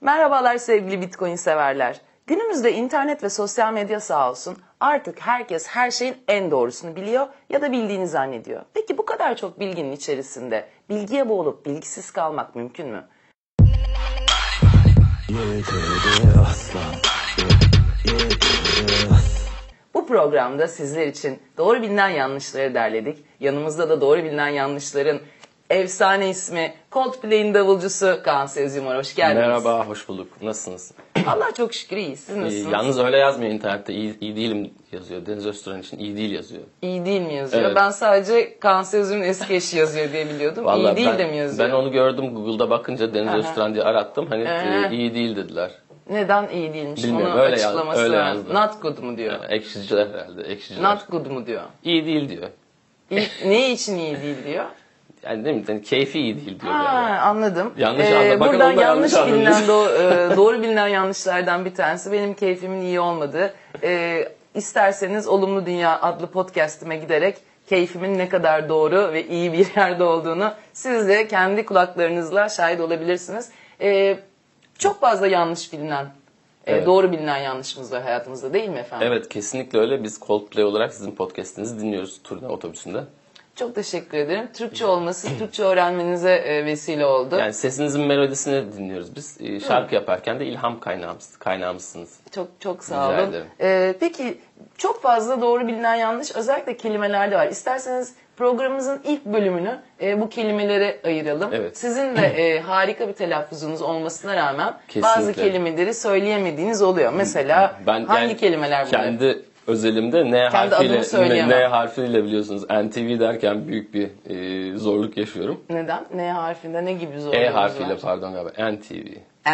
Merhabalar sevgili Bitcoin severler. Günümüzde internet ve sosyal medya sağ olsun artık herkes her şeyin en doğrusunu biliyor ya da bildiğini zannediyor. Peki bu kadar çok bilginin içerisinde bilgiye boğulup bilgisiz kalmak mümkün mü? Bu programda sizler için doğru bilinen yanlışları derledik. Yanımızda da doğru bilinen yanlışların efsane ismi Coldplay'in davulcusu Kaan Sezyum var. Hoş geldiniz. Merhaba, hoş bulduk. Nasılsınız? Allah çok şükür iyi. Siz nasılsınız? Yalnız öyle yazmıyor internette. İyi değilim yazıyor. Deniz Öztürk için iyi değil yazıyor. İyi değil mi yazıyor? Evet. Ben sadece Kaan Sezyum'un eski eşi yazıyor diye biliyordum. Vallahi iyi değil de mi yazıyor? Ben onu gördüm Google'da bakınca Deniz Öztürk diye arattım. Hani iyi değil dediler. Neden iyi değilmiş? Bilmiyorum, Onun öyle açıklaması öyle var. yazdı. Not good mu diyor? Ekşiciler herhalde. Ekşiciler. Not good mu diyor? İyi değil diyor. Ne için iyi değil diyor? Yani değil mi? Yani keyfi iyi değil diyor. Ha, Yani. anladım. Yanlış anladım. Bakın Buradan onu da yanlış bilinen doğru bilinen yanlışlardan bir tanesi benim keyfimin iyi olmadığı. İsterseniz Olumlu Dünya adlı podcast'ime giderek keyfimin ne kadar doğru ve iyi bir yerde olduğunu siz de kendi kulaklarınızla şahit olabilirsiniz. Çok fazla yanlış bilinen, Evet. doğru bilinen yanlışımız var hayatımızda değil mi efendim? Evet, kesinlikle öyle. Biz Coldplay olarak sizin podcast'inizi dinliyoruz turne otobüsünde. Çok teşekkür ederim. Türkçe olması Türkçe öğrenmenize vesile oldu. Yani sesinizin melodisini dinliyoruz biz. Şarkı yaparken de ilham kaynağımızsınız. Çok sağ Rica olun. ederim. Peki çok fazla doğru bilinen yanlış özellikle kelimelerde var. İsterseniz programımızın ilk bölümünü bu kelimelere ayıralım. Evet. Sizin de harika bir telaffuzunuz olmasına rağmen Kesinlikle. bazı kelimeleri söyleyemediğiniz oluyor. Mesela hangi kelimeler bunlar? Kendi özelimde N harfiyle biliyorsunuz NTV derken büyük bir zorluk yaşıyorum. Neden? N harfinde ne gibi zorluğunuz E harfiyle var? pardon galiba NTV.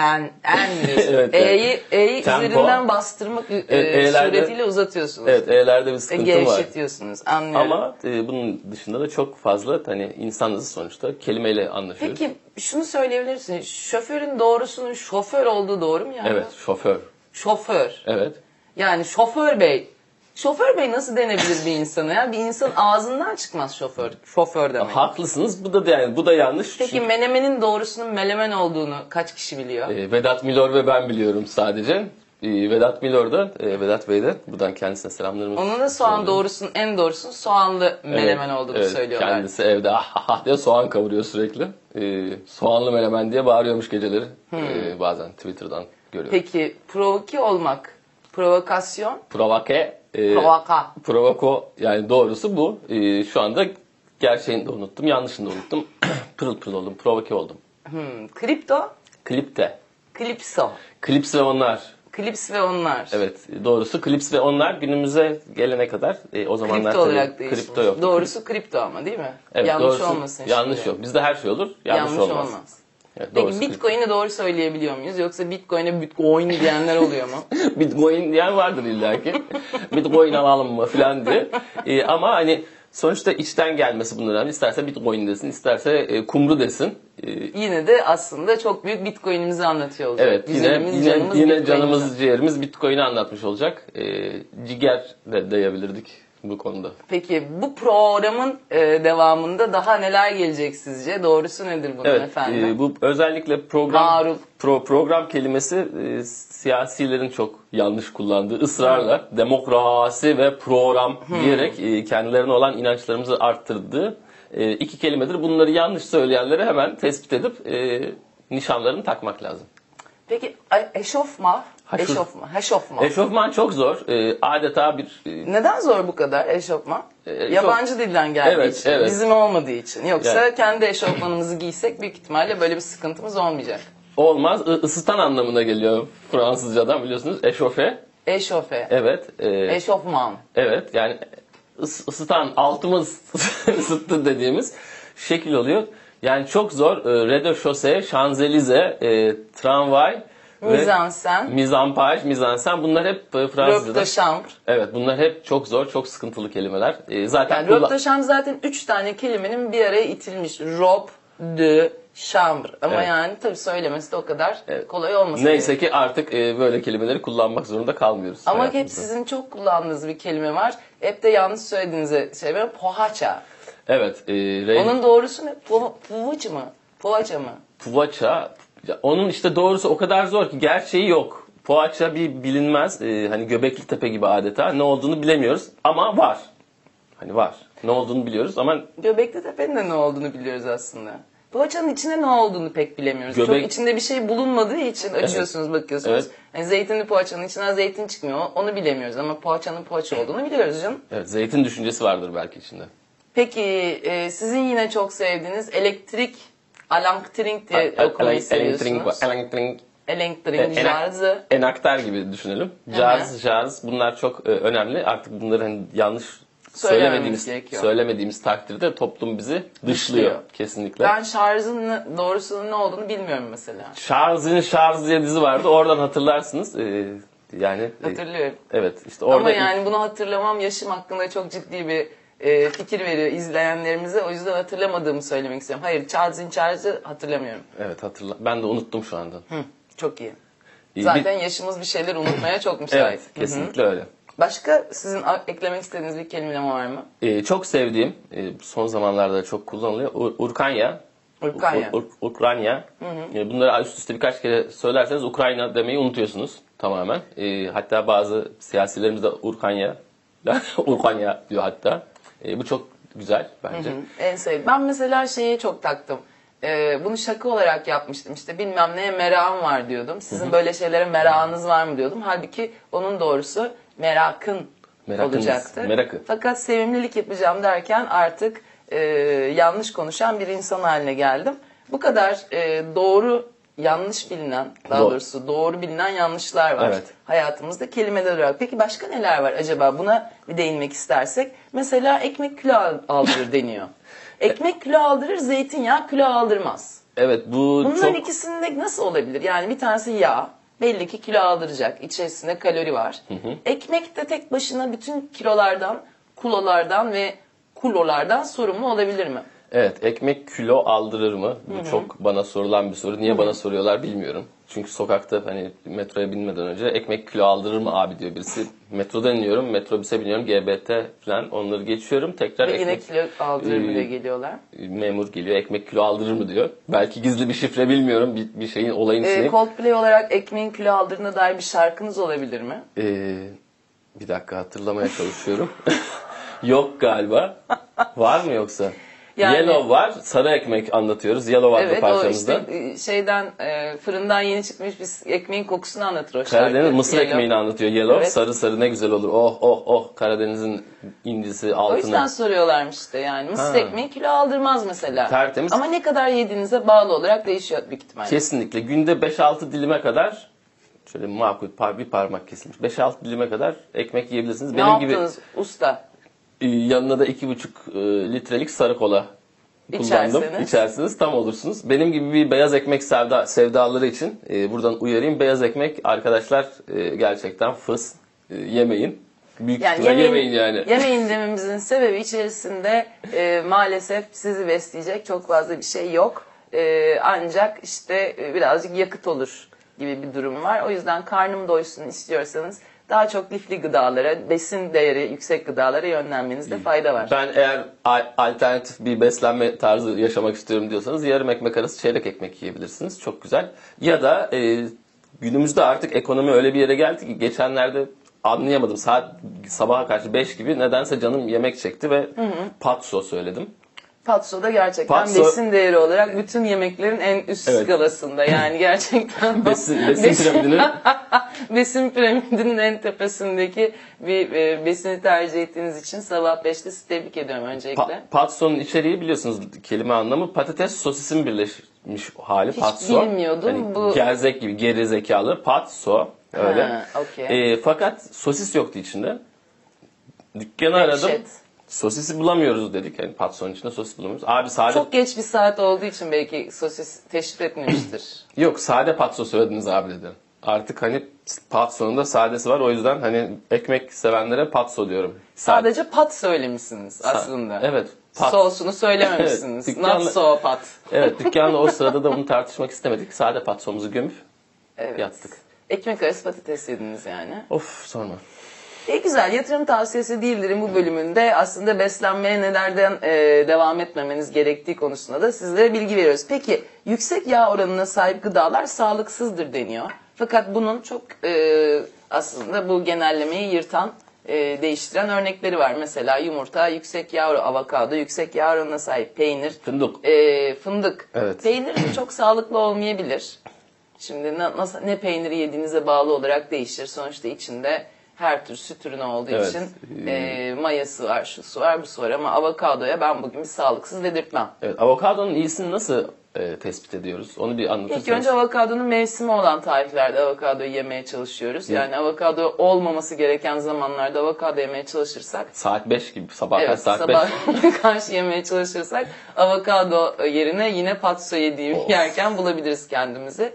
En diyorsun. Evet, E'yi Tempo. üzerinden bastırmak suretiyle uzatıyorsunuz. Evet, E'lerde bir sıkıntım var. Gevşetiyorsunuz. Anlıyorum. Ama bunun dışında da çok fazla hani insanız sonuçta kelimeyle anlaşıyoruz. Peki şunu söyleyebilir misin? Şoförün doğrusunun şoför olduğu doğru mu yani? Evet, şoför. Şoför. Evet. Yani şoför bey. Şoför bey nasıl denebilir bir insana ya? Bir insan ağzından çıkmaz şoför. Şoför demek. Haklısınız. Bu da yanlış. Peki Çünkü menemenin doğrusunun melemen olduğunu kaç kişi biliyor? Vedat Milor ve ben biliyorum sadece. Vedat Milor da, Vedat Bey de buradan kendisine selamlarımızı Onun da soğan doğrusunun en doğrusunun soğanlı melemen olduğunu söylüyorlar. Kendisi evde diye soğan kavuruyor sürekli. Soğanlı menemen diye bağırıyormuş geceleri. Bazen Twitter'dan görüyorum. Peki provoke olmak, provokasyon, Provoko yani doğrusu bu. Şu anda gerçeğini de unuttum, yanlışını da unuttum. Pırıl pırıl oldum, provoke oldum. kripto, Klipte. klipso, Klips ve onlar. klips ve onlar. Evet, doğrusu klips ve onlar günümüze gelene kadar o zamanlar Kripto olarak değişmiş. kripto yok. Doğrusu kripto ama değil mi? Evet, yanlış doğrusu, olmasın. Yanlış şimdi. yok. Bizde her şey olur, yanlış olmaz. Evet, Peki doğrusu Bitcoin'i doğru söyleyebiliyor muyuz? Yoksa Bitcoin'e Bitcoin diyenler oluyor mu? Bitcoin diyen vardır illaki. Bitcoin alalım mı falan diye. Ama hani sonuçta içten gelmesi bunun önemli. İsterse Bitcoin desin, isterse kumru desin. Yine de aslında çok büyük Bitcoin'imizi anlatıyor olacak. Evet, yine canımız ciğerimiz Bitcoin'i anlatmış olacak. Ciğer de diyebilirdik bu konuda. Peki bu programın devamında daha neler gelecek sizce? Doğrusu nedir bunun efendim? Bu özellikle program kelimesi siyasilerin çok yanlış kullandığı ısrarla demokrasi ve program diyerek kendilerine olan inançlarımızı arttırdığı iki kelimedir. Bunları yanlış söyleyenleri hemen tespit edip nişanlarını takmak lazım. Peki eşofman? Eşofman çok zor. Adeta bir... Neden zor bu kadar eşofman? Yabancı dilden geldiği için, evet. bizim olmadığı için. Yoksa Yani. kendi eşofmanımızı giysek büyük ihtimalle böyle bir sıkıntımız olmayacak. Olmaz. Isıtan anlamına geliyor Fransızcadan biliyorsunuz. Eşofe. Eşofe. Evet. Eşofman. Evet. Yani ısıtan, altımız ısıttı dediğimiz şekil oluyor. Yani çok zor. Rez-de-chaussée, Şanzelize, tramvay, mizansen bunlar hep Fransızca'da. Robe de chambre. Evet, bunlar hep çok zor, çok sıkıntılı kelimeler. Zaten yani robe de chambre zaten 3 tane kelimenin bir araya itilmiş. Robe de chambre. Ama evet. yani tabii söylemesi de o kadar kolay olmasın. Neyse ki artık böyle kelimeleri kullanmak zorunda kalmıyoruz. Ama hep sizin çok kullandığınız bir kelime var. Hep de yanlış söylediğinize şey var. Poğaça. Evet. Onun doğrusu ne? Poğaça mı? Poğaça mı? Puvaça. Onun işte doğrusu o kadar zor ki gerçeği yok. Poğaça bir bilinmez. Hani Göbekli Tepe gibi adeta. Ne olduğunu bilemiyoruz ama var. Hani var. Ne olduğunu biliyoruz ama Göbekli Tepe'nin de ne olduğunu biliyoruz aslında. Poğaçanın içinde ne olduğunu pek bilemiyoruz. Çok içinde bir şey bulunmadığı için açıyorsunuz, bakıyorsunuz. Evet. Yani zeytinli poğaçanın içinden zeytin çıkmıyor. Onu bilemiyoruz ama poğaçanın poğaça olduğunu biliyoruz canım. evet, zeytin düşüncesi vardır belki içinde. Peki sizin yine çok sevdiğiniz elektrik alanktring diye okumayı seviyorsunuz. Elektrik jarzı. Enaktar gibi düşünelim. Jazz bunlar çok önemli. Artık bunları hani yanlış söylemediğimiz takdirde toplum bizi dışlıyor kesinlikle. Ben şarjın doğrusunun ne olduğunu bilmiyorum mesela. Şarj diye dizi vardı. Oradan hatırlarsınız. Yani hatırlıyorum. Evet, işte orada. Ama yani bunu hatırlamam yaşım hakkında çok ciddi bir fikir veriyor izleyenlerimize. O yüzden hatırlamadığımı söylemek istiyorum. Hayır, Charles'ı hatırlamıyorum. Evet, ben de unuttum şu anda. Çok iyi. Zaten yaşımız bir şeyler unutmaya çok müsait. Evet, kesinlikle öyle. Başka sizin eklemek istediğiniz bir kelime var mı? Çok sevdiğim, son zamanlarda çok kullanılıyor. Urkanya. Bunları üst üste birkaç kere söylerseniz Ukrayna demeyi unutuyorsunuz tamamen. Hatta bazı siyasilerimiz de Urkanya diyor hatta. Bu çok güzel bence. En sevdiğim. Ben mesela şeye çok taktım. Bunu şaka olarak yapmıştım. İşte bilmem neye merakım var diyordum. Sizin böyle şeylere merakınız var mı diyordum. Halbuki onun doğrusu merakın olacaktı. Merakı. Fakat sevimlilik yapacağım derken artık yanlış konuşan bir insan haline geldim. Bu kadar doğru yanlış bilinen, doğrusu doğru bilinen yanlışlar var. Evet. Hayatımızda kelimeler olarak. Peki başka neler var acaba? Buna bir değinmek istersek. Mesela ekmek kilo aldırır deniyor. Ekmek kilo aldırır, zeytinyağı kilo aldırmaz. Evet, Bunların ikisinde nasıl olabilir? Yani bir tanesi yağ, belli ki kilo aldıracak. İçerisinde kalori var. Ekmek de tek başına bütün kilolardan ve kulolardan sorumlu olabilir mi? Evet, ekmek kilo aldırır mı? Bu çok bana sorulan bir soru. Niye bana soruyorlar bilmiyorum. Çünkü sokakta hani metroya binmeden önce ekmek kilo aldırır mı abi diyor birisi. Metrodan iniyorum, metrobüse biniyorum, GBT falan onları geçiyorum. Tekrar ve yine kilo aldırır mı diye geliyorlar. Memur geliyor, ekmek kilo aldırır mı diyor. Belki gizli bir şifre bilmiyorum, bir şeyin olayın içine. Coldplay olarak ekmeğin kilo aldırına dair bir şarkınız olabilir mi? Bir dakika hatırlamaya çalışıyorum. Yok galiba. Var mı yoksa? Yani, Yellow var, sarı ekmek anlatıyoruz. Yellow adlı parçamızda. Evet, o işte fırından yeni çıkmış bir ekmeğin kokusunu anlatır o şarkı. Karadeniz mısır ekmeğini anlatıyor Yellow. Evet. Sarı ne güzel olur. Oh Karadeniz'in incisi altını. O yüzden soruyorlarmış işte yani. Mısır ekmeği kilo aldırmaz mesela. Tertemiz. Ama ne kadar yediğinize bağlı olarak değişiyor büyük ihtimalle. Kesinlikle. Günde 5-6 dilime kadar şöyle makul bir parmak kesilmiş. 5-6 dilime kadar ekmek yiyebilirsiniz. Ne yaptınız usta? Yanına da 2,5 litrelik sarı kola kullandım. İçersiniz tam olursunuz. Benim gibi bir beyaz ekmek sevdaları için buradan uyarayım. Beyaz ekmek arkadaşlar gerçekten yemeyin. Büyük ihtimalle yemeyin yani. Yemeyin dememizin sebebi içerisinde maalesef sizi besleyecek çok fazla bir şey yok. Ancak işte birazcık yakıt olur gibi bir durum var. O yüzden karnım doysun istiyorsanız daha çok lifli gıdalara, besin değeri yüksek gıdalara yönlenmenizde fayda var. Ben eğer alternatif bir beslenme tarzı yaşamak istiyorum diyorsanız yarım ekmek arası çeyrek ekmek yiyebilirsiniz. Çok güzel. Ya da günümüzde artık ekonomi öyle bir yere geldi ki geçenlerde anlayamadım. Sabaha karşı 5 gibi nedense canım yemek çekti ve patso söyledim. Patso da gerçekten besin değeri olarak bütün yemeklerin en üst skalasında. Yani gerçekten besin piramidinin en tepesindeki bir besini tercih ettiğiniz için sabah 5'te sizi tebrik ediyorum öncelikle. Patso'nun içeriği biliyorsunuz kelime anlamı patates sosisin birleşmiş hali. Patso. Hiç bilmiyordum. Yani bu gerzek gibi geri zekalı patso öyle. Fakat sosis yoktu içinde. Dükkanı aradım. Sosisi bulamıyoruz dedik. Yani patsonun içinde sosis bulamıyoruz. Abi sade... Çok geç bir saat olduğu için belki sosis teşrif etmemiştir. Yok sade patso söylediniz abi dedi. Artık hani patsonun da sadesi var. O yüzden hani ekmek sevenlere patso diyorum. Sadece pat söylemişsiniz aslında. Evet. Sosunu söylememişsiniz. Evet, not so pat. Evet dükkanla o sırada da bunu tartışmak istemedik. Sade patsomuzu gömüp yattık. Ekmek arası patates yediniz yani. Of sorma. Güzel, yatırım tavsiyesi değildir'in bu bölümünde aslında beslenmeye nelerden devam etmemeniz gerektiği konusunda da sizlere bilgi veriyoruz. Peki yüksek yağ oranına sahip gıdalar sağlıksızdır deniyor. Fakat bunun çok aslında bu genellemeyi yırtan, değiştiren örnekleri var. Mesela yumurta yüksek yağ oranı, avokado yüksek yağ oranına sahip, peynir, fındık. Evet. Peynir çok sağlıklı olmayabilir. Şimdi ne peyniri yediğinize bağlı olarak değişir. Sonuçta içinde her tür süt ürünü olduğu Evet. için mayası var, şu su var, bu su var ama avokadoya ben bugün bir sağlıksız dedirtmem. Evet, avokadonun iyisini nasıl tespit ediyoruz? Onu bir anlatırsanız. İlk önce avokadonun mevsimi olan tariflerde avokadoyu yemeye çalışıyoruz. Yani avokado olmaması gereken zamanlarda avokado yemeye çalışırsak, Saat 5 gibi, sabah kaç evet, saat 5. sabah karşı yemeye çalışırsak avokado yerine yine patso yerken bulabiliriz kendimizi.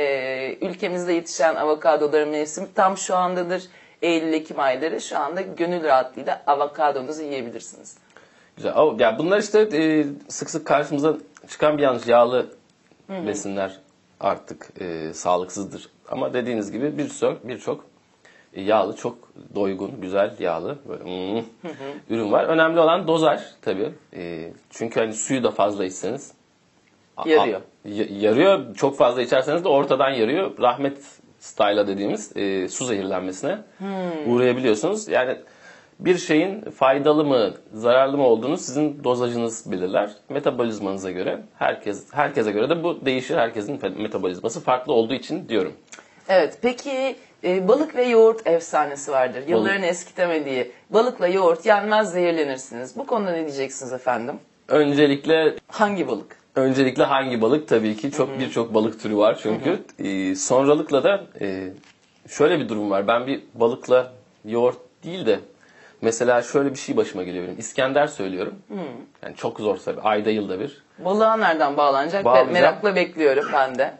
Ülkemizde yetişen avokadoların mevsimi tam şu andadır. Eylül-Ekim ayları, şu anda gönül rahatlığıyla avokadonuzu yiyebilirsiniz. Güzel. Ya bunlar işte sık sık karşımıza çıkan bir yanlış. Yağlı besinler artık sağlıksızdır. Ama dediğiniz gibi birçok yağlı, çok doygun, güzel yağlı böyle, ürün var. Önemli olan dozaj tabii. Çünkü hani suyu da fazla içseniz Yarıyor. Yarıyor. Çok fazla içerseniz de ortadan yarıyor. Rahmet style'a dediğimiz su zehirlenmesine uğrayabiliyorsunuz. Yani bir şeyin faydalı mı, zararlı mı olduğunu sizin dozajınız belirler. Metabolizmanıza göre, herkese göre de bu değişir. Herkesin metabolizması farklı olduğu için diyorum. Evet, peki balık ve yoğurt efsanesi vardır. Yılların eskitemediği. Balıkla yoğurt yenmez, zehirlenirsiniz. Bu konuda ne diyeceksiniz efendim? Öncelikle Hangi balık? hangi balık? Tabii ki birçok balık türü var çünkü. Sonralıkla da şöyle bir durum var. Ben bir balıkla yoğurt değil de mesela şöyle bir şey başıma geliyor benim. İskender söylüyorum. Yani çok zor tabii. Ayda yılda bir. Balığa nereden bağlanacak? Bağlayacağım. Merakla bekliyorum ben de.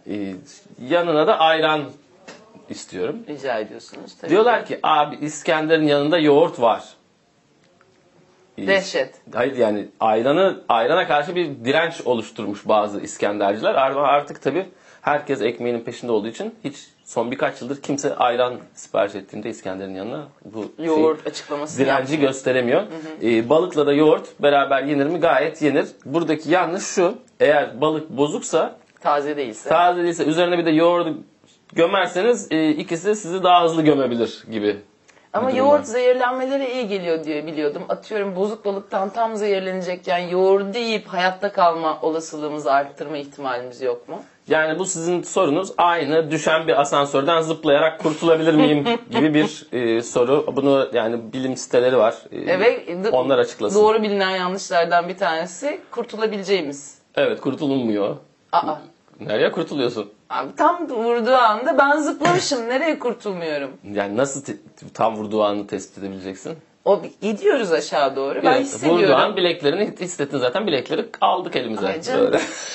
Yanına da ayran istiyorum. Rica ediyorsunuz. Tabii Diyorlar ki abi İskender'in yanında yoğurt var. Dehşet. Hayır yani ayrana karşı bir direnç oluşturmuş bazı İskenderciler. Artık tabii herkes ekmeğinin peşinde olduğu için hiç son birkaç yıldır kimse ayran sipariş ettiğinde İskender'in yanına bu Yoğurt açıklaması direnci gösteremiyor. Balıkla da yoğurt beraber yenir mi? Gayet yenir. Buradaki yanlış şu. Eğer balık bozuksa, taze değilse üzerine bir de yoğurdu gömerseniz ikisi sizi daha hızlı gömebilir gibi. ama yoğurt zehirlenmelere iyi geliyor diye biliyordum. Atıyorum bozuk balıktan tam zehirlenecekken yoğurdu yiyip hayatta kalma olasılığımızı arttırma ihtimalimiz yok mu? Yani bu sizin sorunuz, aynı düşen bir asansörden zıplayarak kurtulabilir miyim gibi bir soru. Bunu yani bilim siteleri var. Evet, onlar açıklasın. Doğru bilinen yanlışlardan bir tanesi kurtulabileceğimiz. Evet, kurtulunmuyor. Aa. Nereye kurtuluyorsun? Abi tam vurduğu anda ben zıplamışım. Nereye kurtulmuyorum? Yani nasıl tam vurduğu anı tespit edebileceksin? Gidiyoruz aşağı doğru. Ben hissediyorum. Vurduğu an bileklerini hissettin zaten, bilekleri aldık elimize. Ay canım.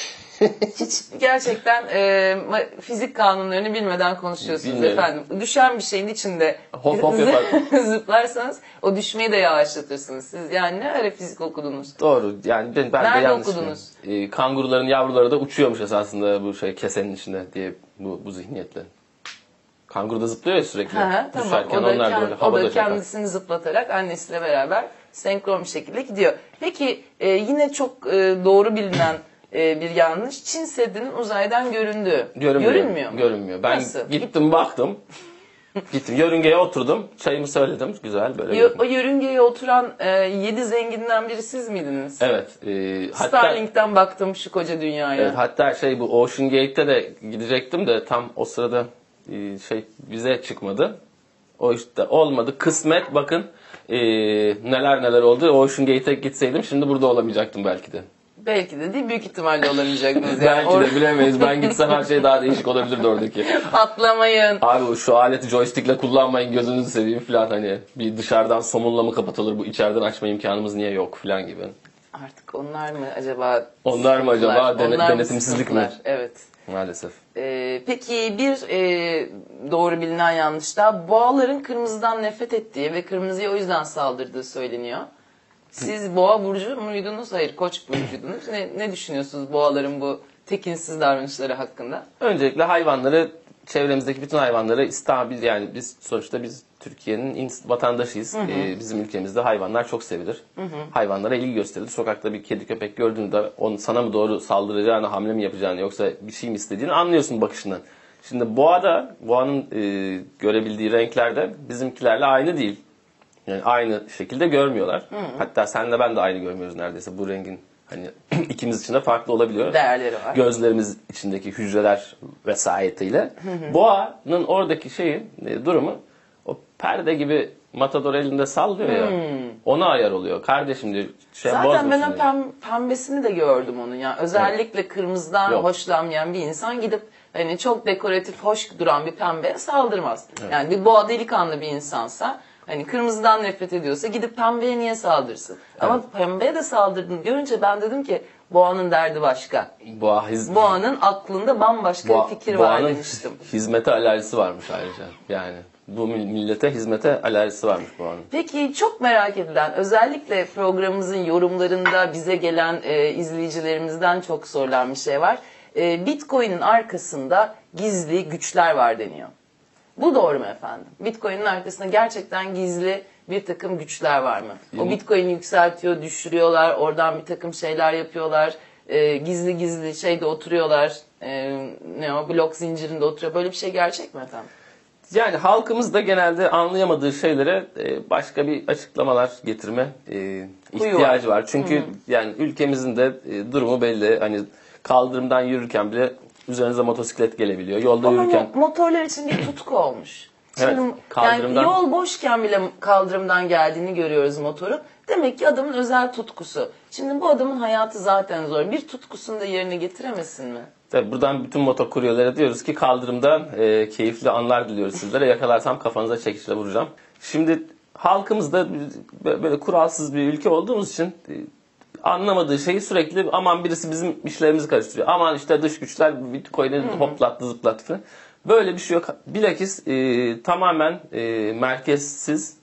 Hiç gerçekten fizik kanunlarını bilmeden konuşuyorsunuz Bilmiyorum. efendim. Düşen bir şeyin içinde Hop hop yapar. zıplarsanız o düşmeyi de yavaşlatırsınız. Siz yani ne ara fizik okudunuz? Doğru. Yani ben de Nerede yanlış okudunuz? Kanguruların yavruları da uçuyormuş esasında bu kesenin içinde diye bu zihniyetle. Kanguru da zıplıyor ya sürekli. Tamam. Düşerken O da, onlar da böyle havada çeker. kendisini zıplatarak annesiyle beraber senkron bir şekilde gidiyor. Peki yine çok doğru bilinen bir yanlış. Çin Seddi'nin uzaydan göründüğü. Görünmüyor mu? Görünmüyor. Ben Nasıl? gittim baktım. Gittim yörüngeye oturdum. Çayımı söyledim. Güzel böyle. O yörüngeye oturan 7 zenginden biri siz miydiniz? Evet. Starlink'ten baktım şu koca dünyaya. Evet, hatta bu Ocean Gate'te de gidecektim de tam o sırada vize çıkmadı. O işte olmadı. Kısmet bakın neler oldu. Ocean Gate'e gitseydim şimdi burada olamayacaktım belki de. Belki de değil, büyük ihtimalle olamayacaktınız. Belki de bilemeyiz. Ben gitsem her şey daha değişik olabilirdi oradaki. Atlamayın. Abi şu aleti joystickle kullanmayın, gözünüzü seveyim falan, hani bir dışarıdan somunla mı kapatılır, bu içeriden açma imkanımız niye yok falan gibi. Artık onlar mı acaba? Onlar mı acaba Onlar mı denetimsizlik mi? Evet. Maalesef. Peki bir doğru bilinen yanlış da boğaların kırmızıdan nefret ettiği ve kırmızıya o yüzden saldırdığı söyleniyor. Siz boğa burcu muydunuz? Hayır, koç burcuydunuz. Ne düşünüyorsunuz boğaların bu tekinsiz davranışları hakkında? Öncelikle hayvanları çevremizdeki bütün hayvanları stabil, yani biz sonuçta Türkiye'nin vatandaşıyız. Bizim ülkemizde hayvanlar çok sevilir. Hayvanlara ilgi gösterilir. Sokakta bir kedi köpek gördüğünde onun sana mı doğru saldıracağını, hamle mi yapacağını yoksa bir şey mi istediğini anlıyorsun bakışından. Şimdi boğanın görebildiği renkler de bizimkilerle aynı değil. Yani aynı şekilde görmüyorlar. Hatta senle ben de aynı görmüyoruz neredeyse. Bu rengin hani ikimiz için de farklı olabiliyor. Değerleri var. Gözlerimiz içindeki hücreler vesayetiyle. Boğanın oradaki durumu o perde gibi matador elinde sallıyor ya. Ona ayar oluyor. Kardeşim diyor. Zaten ben o pembesini de gördüm onun. Yani özellikle kırmızıdan hoşlanmayan bir insan gidip hani çok dekoratif, hoş duran bir pembeye saldırmaz. Evet. Yani bir boğa delikanlı bir insansa, hani kırmızıdan nefret ediyorsa gidip pembeye niye saldırsın? Evet. Ama pembeye de saldırdığını görünce ben dedim ki boğanın derdi başka. Boğanın aklında bambaşka bir fikir var demiştim. Hizmete alerjisi varmış ayrıca. Yani bu millete hizmete alerjisi varmış boğanın. Peki çok merak edilen, özellikle programımızın yorumlarında bize gelen izleyicilerimizden çok sorulan bir şey var. Bitcoin'in arkasında gizli güçler var deniyor. Bu doğru mu efendim? Bitcoin'in arkasında gerçekten gizli bir takım güçler var mı? O Bitcoin'i yükseltiyor, düşürüyorlar, oradan bir takım şeyler yapıyorlar. Gizli gizli oturuyorlar. Blok zincirinde oturuyor. Böyle bir şey gerçek mi efendim? Yani halkımız da genelde anlayamadığı şeylere başka bir açıklamalar getirme ihtiyacı var. Çünkü yani ülkemizin de durumu belli. Hani kaldırımdan yürürken bile üzerinize motosiklet gelebiliyor. Yolda yürürken motorlar için bir tutku olmuş. Evet, Yani yol boşken bile kaldırımdan geldiğini görüyoruz motorun. Demek ki adamın özel tutkusu. Şimdi bu adamın hayatı zaten zor. Bir tutkusunu da yerine getiremesin mi? Tabii buradan bütün motokuryerilere diyoruz ki kaldırımdan keyifli anlar diliyoruz sizlere. Yakalarsam kafanıza çekiçle vuracağım. Şimdi halkımız da böyle kuralsız bir ülke olduğumuz için anlamadığı şeyi sürekli aman birisi bizim işlerimizi karıştırıyor. Aman işte dış güçler Bitcoin'i hoplattı zıplattı falan. Böyle bir şey yok. Bilakis tamamen merkezsiz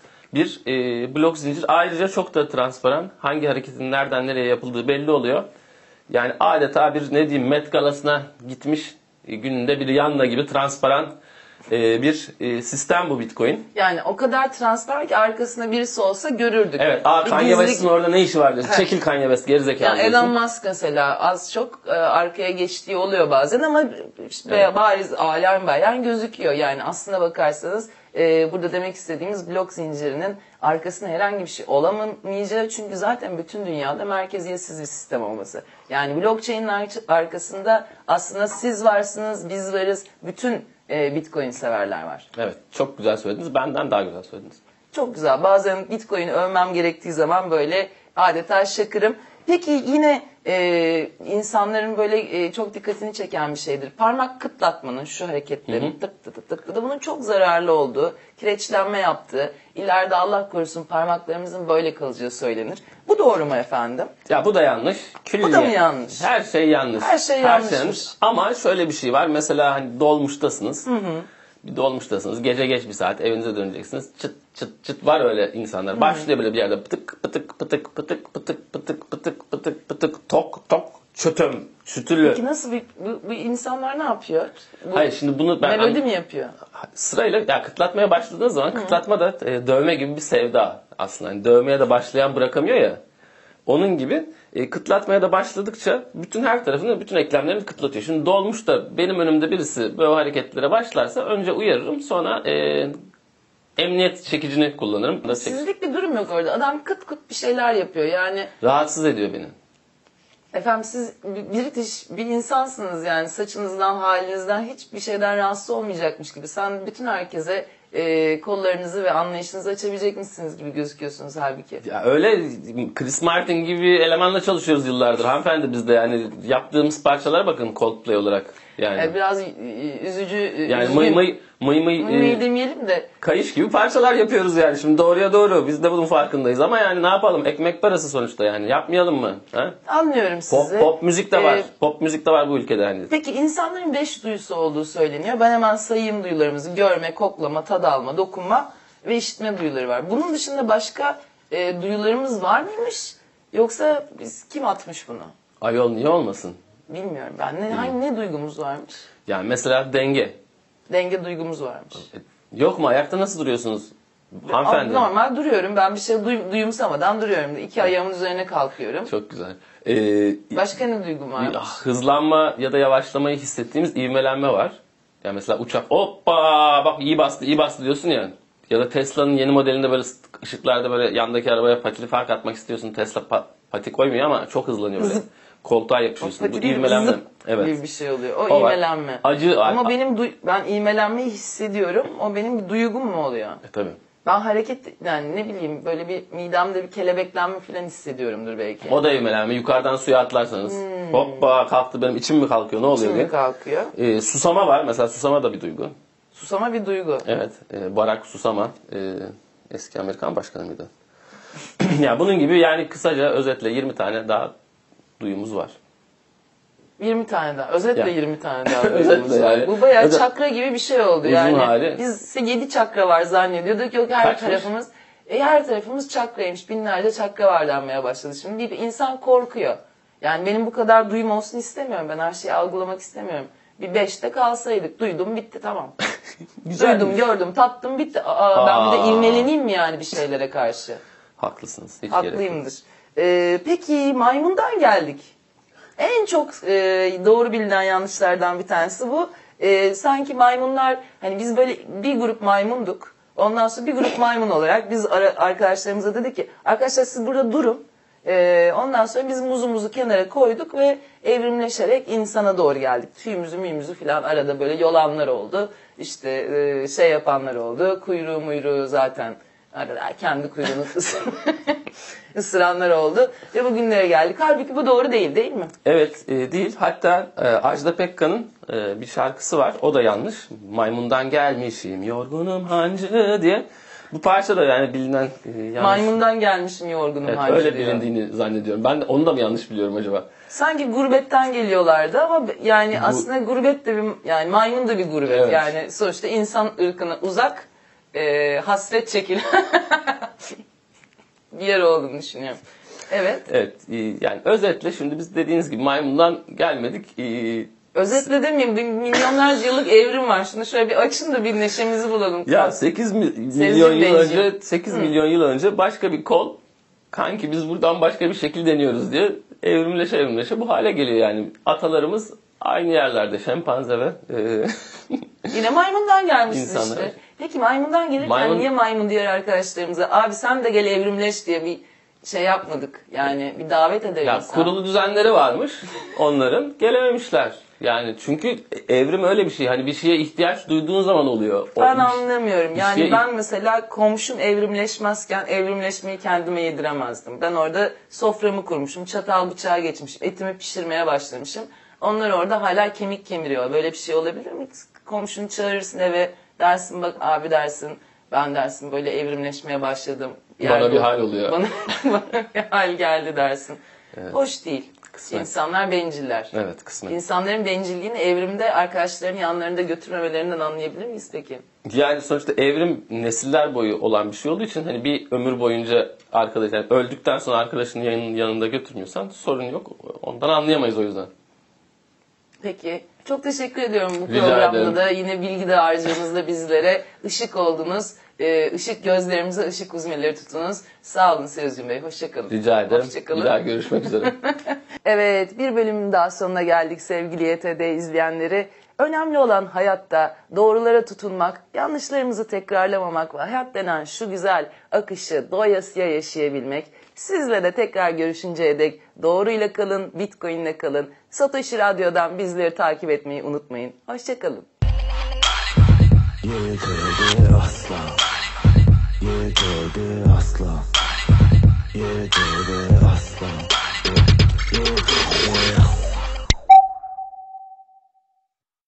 bir blok zincir. Ayrıca çok da transparan. Hangi hareketin nereden nereye yapıldığı belli oluyor. Yani adeta bir Met Galası'na gitmiş gününde bir Rihanna gibi transparan bir sistem bu Bitcoin. Yani o kadar transparan ki arkasında birisi olsa görürdük. Evet. Kanye West'in orada ne işi var diyorsun. Çekil Kanye West gerizekalı. Yani Elon Musk mesela az çok arkaya geçtiği oluyor bazen ama işte bariz alem bayan gözüküyor. Yani aslına bakarsanız burada demek istediğimiz blok zincirinin arkasında herhangi bir şey olamayacağı, çünkü zaten bütün dünyada merkeziyetsiz bir sistem olması. Yani blockchain'in arkasında aslında siz varsınız, biz varız, bütün Bitcoin severler var. Evet, çok güzel söylediniz. Benden daha güzel söylediniz. Çok güzel. Bazen Bitcoin'i övmem gerektiği zaman böyle adeta şakırım. Peki yine insanların böyle çok dikkatini çeken bir şeydir. Parmak kıtlatmanın şu hareketleri tık tık tık tık, bunun çok zararlı olduğu, kireçlenme yaptığı, ileride Allah korusun parmaklarımızın böyle kalacağı söylenir. Bu doğru mu efendim? Ya bu da yanlış. Bu da mı yanlış? Her şey yanlış. Her şey yanlış. Ama şöyle bir şey var. Mesela hani dolmuştasınız. Bir dolmuştasınız. Gece geç bir saat evinize döneceksiniz. Çıt çıt çıt var öyle insanlar. Başlıyor böyle bir yerde pıtık pıtık pıtık pıtık pıtık pıtık pıtık pıtık pıtık tok tok çötüm çütülü. Peki nasıl bu insanlar ne yapıyor? Hayır şimdi bunu ben melodi mi yapıyor? Sırayla ya kıtlatmaya başladığınız zaman kıtlatma da dövme gibi bir sevda aslında. Yani dövmeye de başlayan bırakamıyor ya. Onun gibi kıtlatmaya da başladıkça bütün her tarafını, bütün eklemlerini kıtlatıyor. Şimdi dolmuş da benim önümde birisi böyle hareketlere başlarsa önce uyarırım, sonra emniyet çekicini kullanırım. Sizlik bir durum yok orada. Adam kıt kıt bir şeyler yapıyor yani. Rahatsız ediyor beni. Efendim siz British bir insansınız, yani saçınızdan, halinizden hiçbir şeyden rahatsız olmayacakmış gibi. Sen bütün herkese kollarınızı ve anlayışınızı açabilecek misiniz gibi gözüküyorsunuz halbuki. Ya öyle Chris Martin gibi elemanla çalışıyoruz yıllardır hanımefendi, biz de yani yaptığımız parçalara bakın Coldplay olarak. Yani biraz üzücü. Yani mıy demeyelim de. Kayış gibi parçalar yapıyoruz yani. Şimdi doğruya doğru. Biz de bunun farkındayız ama yani ne yapalım? Ekmek parası sonuçta yani. Yapmayalım mı? Ha? Anlıyorum sizi. Pop müzik de var. Pop müzik de var bu ülkede hani. Peki insanların 5 duyusu olduğu söyleniyor. Ben hemen sayayım duyularımızı. Görme, koklama, tad alma, dokunma ve işitme duyuları var. Bunun dışında başka duyularımız var mıymış? Yoksa kim atmış bunu? Ayol niye olmasın? Bilmiyorum ben. Ne duygumuz varmış? Yani mesela denge. Denge duygumuz varmış. Yok mu? Ayakta nasıl duruyorsunuz? Hanımefendi. Normal duruyorum. Ben bir şey duyumsamadan duruyorum. 2 ayağımın üzerine kalkıyorum. Çok güzel. Başka ne duygum var? Hızlanma ya da yavaşlamayı hissettiğimiz ivmelenme var. Yani mesela uçak hoppa bak iyi bastı diyorsun ya. Ya da Tesla'nın yeni modelinde böyle ışıklarda böyle yandaki arabaya patili fark atmak istiyorsun. Tesla pati koymuyor ama çok hızlanıyor böyle. Koltuğa yapışıyorsun. Bu ivmelenme. Evet. Gibi bir şey oluyor. O var. ivmelenme. Ama ben ivmelenmeyi hissediyorum. O benim bir duygum mu oluyor? Tabii. Ben yani ne bileyim böyle bir midemde bir kelebeklenme falan hissediyorumdur belki. O da ivmelenme. Yukarıdan suya atlarsanız hoppa kalktı benim içim mi kalkıyor ne oluyor İçim diye. mi kalkıyor? Susama var. Mesela susama da bir duygu. Susama bir duygu. Evet. Barack Susama. Eski Amerikan başkanı mıydı? Ya bunun gibi yani kısaca özetle 20 tane daha duyumuz var. 20 tane daha. Özetle 20 tane daha. Özetle yani. Bu bayağı çakra gibi bir şey oldu. Uzun yani hali. biz 7 çakra var zannediyorduk. Yok her tarafımız çakraymış. Binlerce çakra var denmeye başladı. Şimdi bir insan korkuyor. Yani benim bu kadar duyum olsun istemiyorum. Ben her şeyi algılamak istemiyorum. Bir 5'te kalsaydık. Duydum bitti tamam. Duydum, gördüm, tattım bitti. Ben bir de ivmeleneyim mi yani bir şeylere karşı? Haklısınız. Hiç Haklıyımdır. Peki maymundan geldik. En çok doğru bilinen yanlışlardan bir tanesi bu. Sanki maymunlar, hani biz böyle bir grup maymunduk. Ondan sonra bir grup maymun olarak biz arkadaşlarımıza dedik ki arkadaşlar siz burada durun. Ondan sonra biz muzumuzu kenara koyduk ve evrimleşerek insana doğru geldik. Tüyümüzü filan arada böyle yolanlar oldu. İşte şey yapanlar oldu. Kuyruğu zaten arada kendi kuyruğunu ısıranlar oldu. Ve bugünlere geldik. Halbuki bu doğru değil mi? Evet değil. Hatta Ajda Pekkan'ın bir şarkısı var. O da yanlış. Maymundan gelmişim yorgunum hancı diye. Bu parça da yani bilinen yanlış. Maymundan gelmişim yorgunum evet, hancı öyle diyor. bilindiğini zannediyorum. Ben de onu da mı yanlış biliyorum acaba? Sanki gurbetten geliyorlardı ama yani aslında gurbet de yani maymun da bir gurbet. Evet. Yani sonuçta insan ırkına uzak, hasret çekilen bir yer olduğunu düşünüyorum. Evet. Evet. Yani özetle şimdi biz dediğiniz gibi maymundan gelmedik. Özetle demeyeyim. Milyonlarca yıllık evrim var. Şunu şöyle bir açın da bir neşemizi bulalım. Ya 8 milyon yıl önce başka bir kol kanki biz buradan başka bir şekil deniyoruz diye evrimleşe bu hale geliyor yani. Atalarımız aynı yerlerde şempanze ve yine maymundan gelmişsin İnsanlar. işte. Peki maymundan gelirken niye maymun diğer arkadaşlarımıza abi sen de gel evrimleş diye bir şey yapmadık. Yani bir davet edelim. Ya kurulu düzenleri varmış onların. Gelememişler. Yani çünkü evrim öyle bir şey. Hani bir şeye ihtiyaç duyduğun zaman oluyor. Ben anlamıyorum. Yani ben mesela komşum evrimleşmezken evrimleşmeyi kendime yediremezdim. Ben orada soframı kurmuşum, çatal bıçağı geçmişim, etimi pişirmeye başlamışım. Onlar orada hala kemik kemiriyor. Böyle bir şey olabilir mi? Komşunu çağırırsın eve, dersin bak abi dersin, ben dersin böyle evrimleşmeye başladım. Bana bir hal oluyor. Bana bir hal geldi dersin. Evet. Hoş değil. Kısmet. İnsanlar benciller. Evet, kısmet. İnsanların bencilliğini evrimde arkadaşlarının yanlarında götürmemelerinden anlayabilir miyiz peki? Yani sonuçta evrim nesiller boyu olan bir şey olduğu için hani bir ömür boyunca arkadaş yani öldükten sonra arkadaşının yanında götürmüyorsan sorun yok. Ondan anlayamayız o yüzden. Peki. Çok teşekkür ediyorum bu Rica programda ederim. da yine bilgi dağarcığınızda bizlere ışık oldunuz. Işık gözlerimize ışık uzmeleri tutunuz. Sağ olun Sezgin Bey. Hoşçakalın. Rica ederim. Hoşçakalın. Bir daha görüşmek üzere. Evet, bir bölümün daha sonuna geldik sevgili YTD izleyenleri. Önemli olan hayatta doğrulara tutunmak, yanlışlarımızı tekrarlamamak ve hayat denen şu güzel akışı doyasıya yaşayabilmek. Sizle de tekrar görüşünceye dek doğruyla kalın, Bitcoin'le kalın. Satoshi Radyo'dan bizleri takip etmeyi unutmayın. Hoşçakalın. YTD asla, YTD asla, YTD